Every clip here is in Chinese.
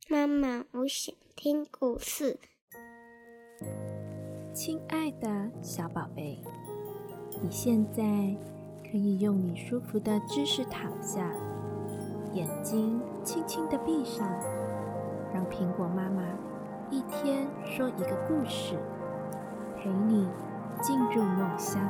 妈妈，我想听故事。 亲爱的小宝贝，你现在可以用你舒服的姿势躺下，眼睛轻轻地闭上，让苹果妈妈一天说一个故事，陪你进入梦乡。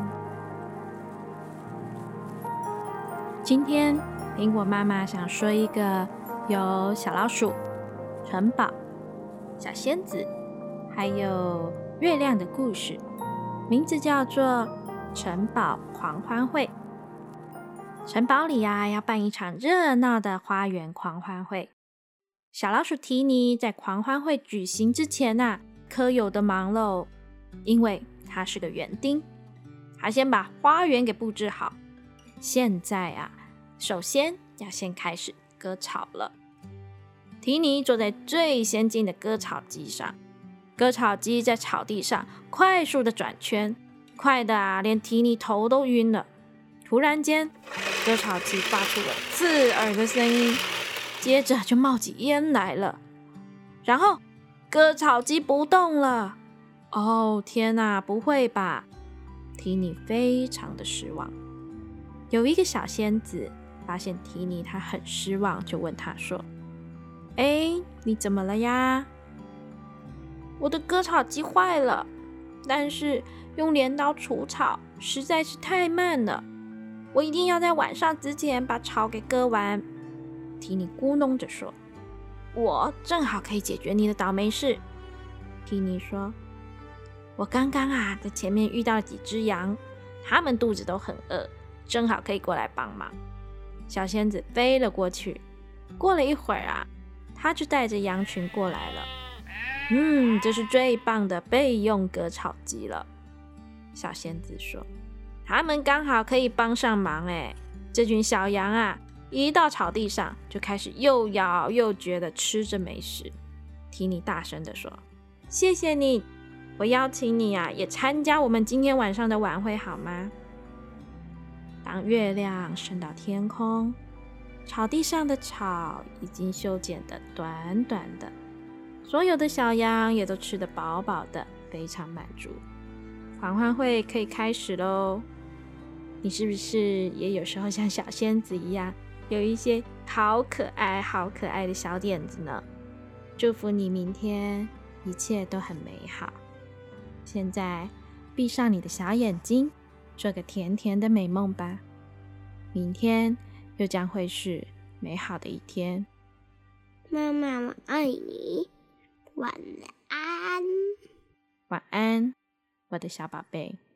今天苹果妈妈想说一个有小老鼠、城堡、小仙子还有月亮的故事，名字叫做城堡狂欢会。城堡里要办一场热闹的花园狂欢会。小老鼠提尼在狂欢会举行之前可有的忙喽，因为他是个园丁，他先把花园给布置好。现在首先要先开始割草了。提尼坐在最先进的割草机上，割草机在草地上快速的转圈，快的连提尼头都晕了。突然间，割草机发出了刺耳的声音，接着就冒起烟来了，然后割草机不动了。哦，天哪，不会吧？提尼非常的失望。有一个小仙子发现提尼他很失望，就问他说：你怎么了呀？我的割草机坏了，但是用镰刀除草实在是太慢了，我一定要在晚上之前把草给割完。提尼咕哝着说：我正好可以解决你的倒霉事。提尼说：我刚刚在前面遇到了几只羊，它们肚子都很饿，正好可以过来帮忙。小仙子飞了过去，过了一会儿他就带着羊群过来了。这是最棒的备用割草机了。小仙子说：他们刚好可以帮上忙。这群小羊一到草地上就开始又咬又嚼的吃着美食。提尼大声的说：谢谢你，我邀请你也参加我们今天晚上的晚会好吗？当月亮升到天空，草地上的草已经修剪得短短的，所有的小羊也都吃得饱饱的，非常满足。狂欢会可以开始咯。你是不是也有时候像小仙子一样，有一些好可爱好可爱的小点子呢？祝福你明天一切都很美好。现在闭上你的小眼睛，做个甜甜的美梦吧。明天又将会是美好的一天。 妈妈，我爱你，晚安。 晚安，我的小宝贝。